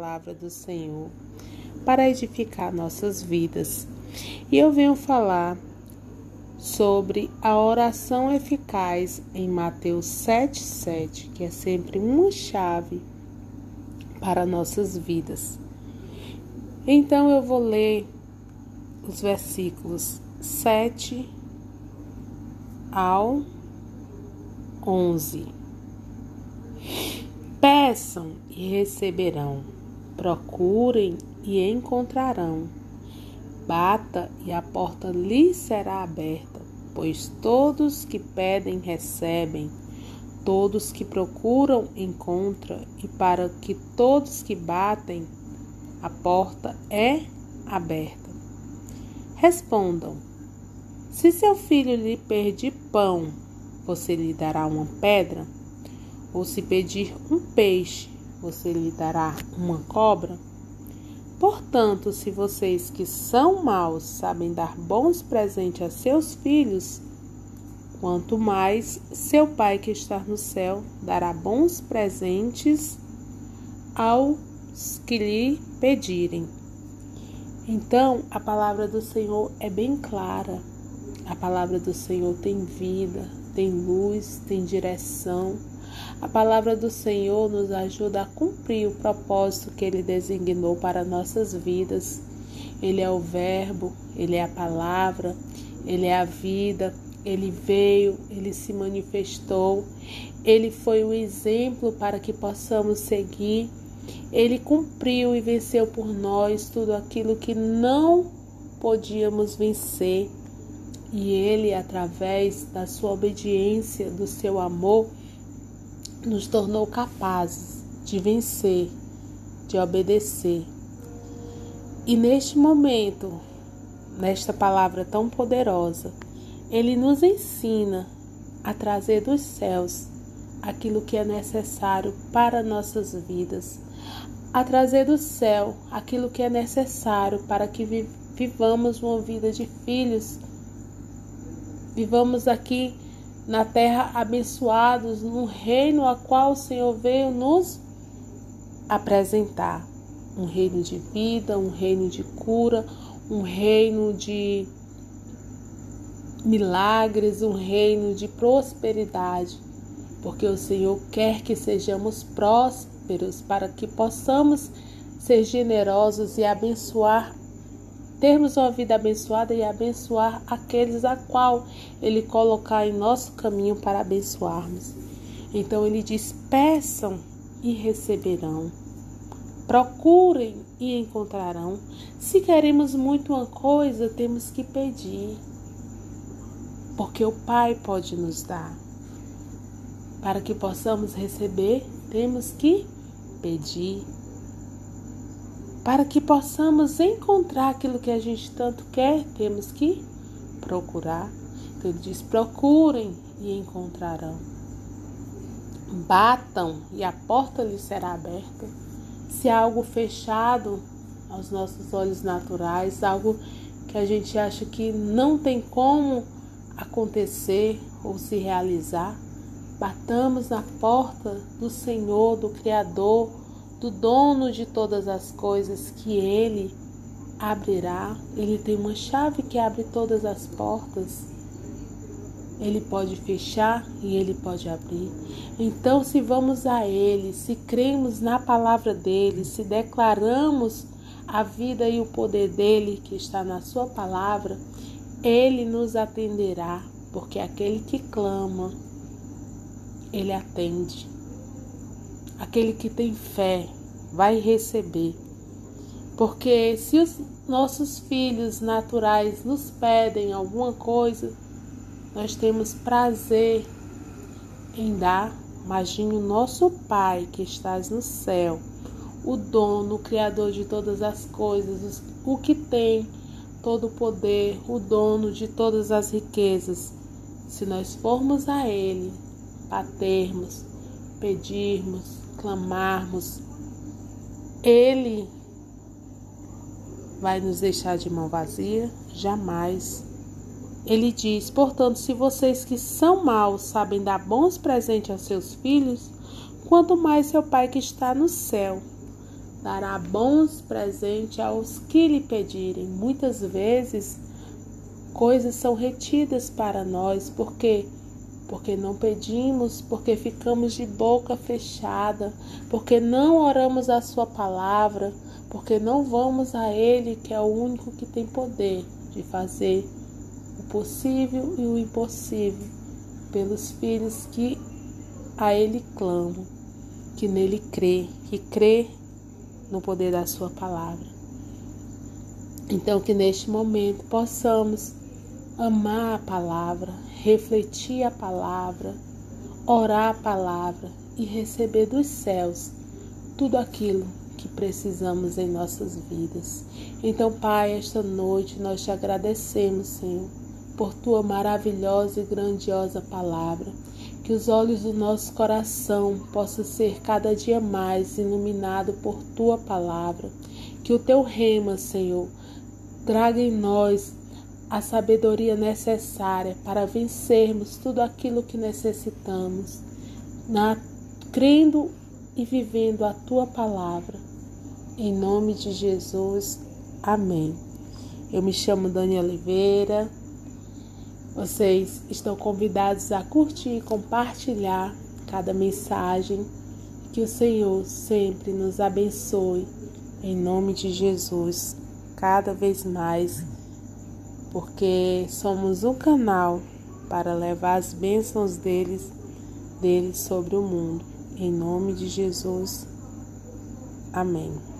palavra do Senhor para edificar nossas vidas. E eu venho falar sobre a oração eficaz em Mateus 7,7, que é sempre uma chave para nossas vidas. Então eu vou ler os versículos 7 ao 11. Peçam e receberão, procurem e encontrarão, bata e a porta lhes será aberta, pois todos que pedem recebem, todos que procuram encontram, e para que todos que batem, a porta é aberta. Respondam: se seu filho lhe pedir pão, você lhe dará uma pedra? Ou se pedir um peixe, você lhe dará uma cobra? Portanto, se vocês que são maus sabem dar bons presentes a seus filhos, quanto mais seu Pai que está no céu dará bons presentes aos que lhe pedirem. Então, a palavra do Senhor é bem clara. A palavra do Senhor tem vida, tem luz, tem direção. A palavra do Senhor nos ajuda a cumprir o propósito que Ele designou para nossas vidas. Ele é o Verbo, Ele é a palavra, Ele é a vida. Ele veio, Ele se manifestou, Ele foi o exemplo para que possamos seguir. Ele cumpriu e venceu por nós tudo aquilo que não podíamos vencer. E Ele, através da sua obediência, do seu amor, nos tornou capazes de vencer, de obedecer. E neste momento, nesta palavra tão poderosa, Ele nos ensina a trazer dos céus aquilo que é necessário para nossas vidas, a trazer do céu aquilo que é necessário para que vivamos uma vida de filhos, vivamos aqui na terra abençoados, no reino a qual o Senhor veio nos apresentar. Um reino de vida, um reino de cura, um reino de milagres, um reino de prosperidade, porque o Senhor quer que sejamos prósperos para que possamos ser generosos e abençoar, termos uma vida abençoada e abençoar aqueles a qual Ele colocar em nosso caminho para abençoarmos. Então Ele diz: peçam e receberão, procurem e encontrarão. Se queremos muito uma coisa, temos que pedir, porque o Pai pode nos dar. Para que possamos receber, temos que pedir. Para que possamos encontrar aquilo que a gente tanto quer, temos que procurar. Então Ele diz: procurem e encontrarão. Batam e a porta lhes será aberta. Se há algo fechado aos nossos olhos naturais, algo que a gente acha que não tem como acontecer ou se realizar, batamos na porta do Senhor, do Criador, do dono de todas as coisas, que Ele abrirá. Ele tem uma chave que abre todas as portas. Ele pode fechar e Ele pode abrir. Então, se vamos a Ele, se cremos na palavra dEle, se declaramos a vida e o poder dEle que está na sua palavra, Ele nos atenderá, porque aquele que clama, Ele atende. Aquele que tem fé vai receber. Porque se os nossos filhos naturais nos pedem alguma coisa, nós temos prazer em dar. Imagine o nosso Pai que estás no céu, o dono, o Criador de todas as coisas, o que tem todo o poder, o dono de todas as riquezas. Se nós formos a Ele, batermos, pedirmos, clamarmos, Ele vai nos deixar de mão vazia? Jamais. Ele diz: portanto, se vocês que são maus sabem dar bons presentes aos seus filhos, quanto mais seu Pai que está no céu dará bons presentes aos que lhe pedirem. Muitas vezes, coisas são retidas para nós, porque não pedimos, porque ficamos de boca fechada, porque não oramos a sua palavra, porque não vamos a Ele, que é o único que tem poder de fazer o possível e o impossível pelos filhos que a Ele clamam, que nele crê, que crê no poder da sua palavra. Então, que neste momento possamos amar a palavra, refletir a palavra, orar a palavra e receber dos céus tudo aquilo que precisamos em nossas vidas. Então, Pai, esta noite nós te agradecemos, Senhor, por tua maravilhosa e grandiosa palavra. Que os olhos do nosso coração possam ser cada dia mais iluminados por tua palavra. Que o teu rema, Senhor, traga em nós a sabedoria necessária para vencermos tudo aquilo que necessitamos, crendo e vivendo a tua palavra. Em nome de Jesus, amém. Eu me chamo Dani Oliveira. Vocês estão convidados a curtir e compartilhar cada mensagem. Que o Senhor sempre nos abençoe, em nome de Jesus, cada vez mais, porque somos um canal para levar as bênçãos dele sobre o mundo. Em nome de Jesus, amém.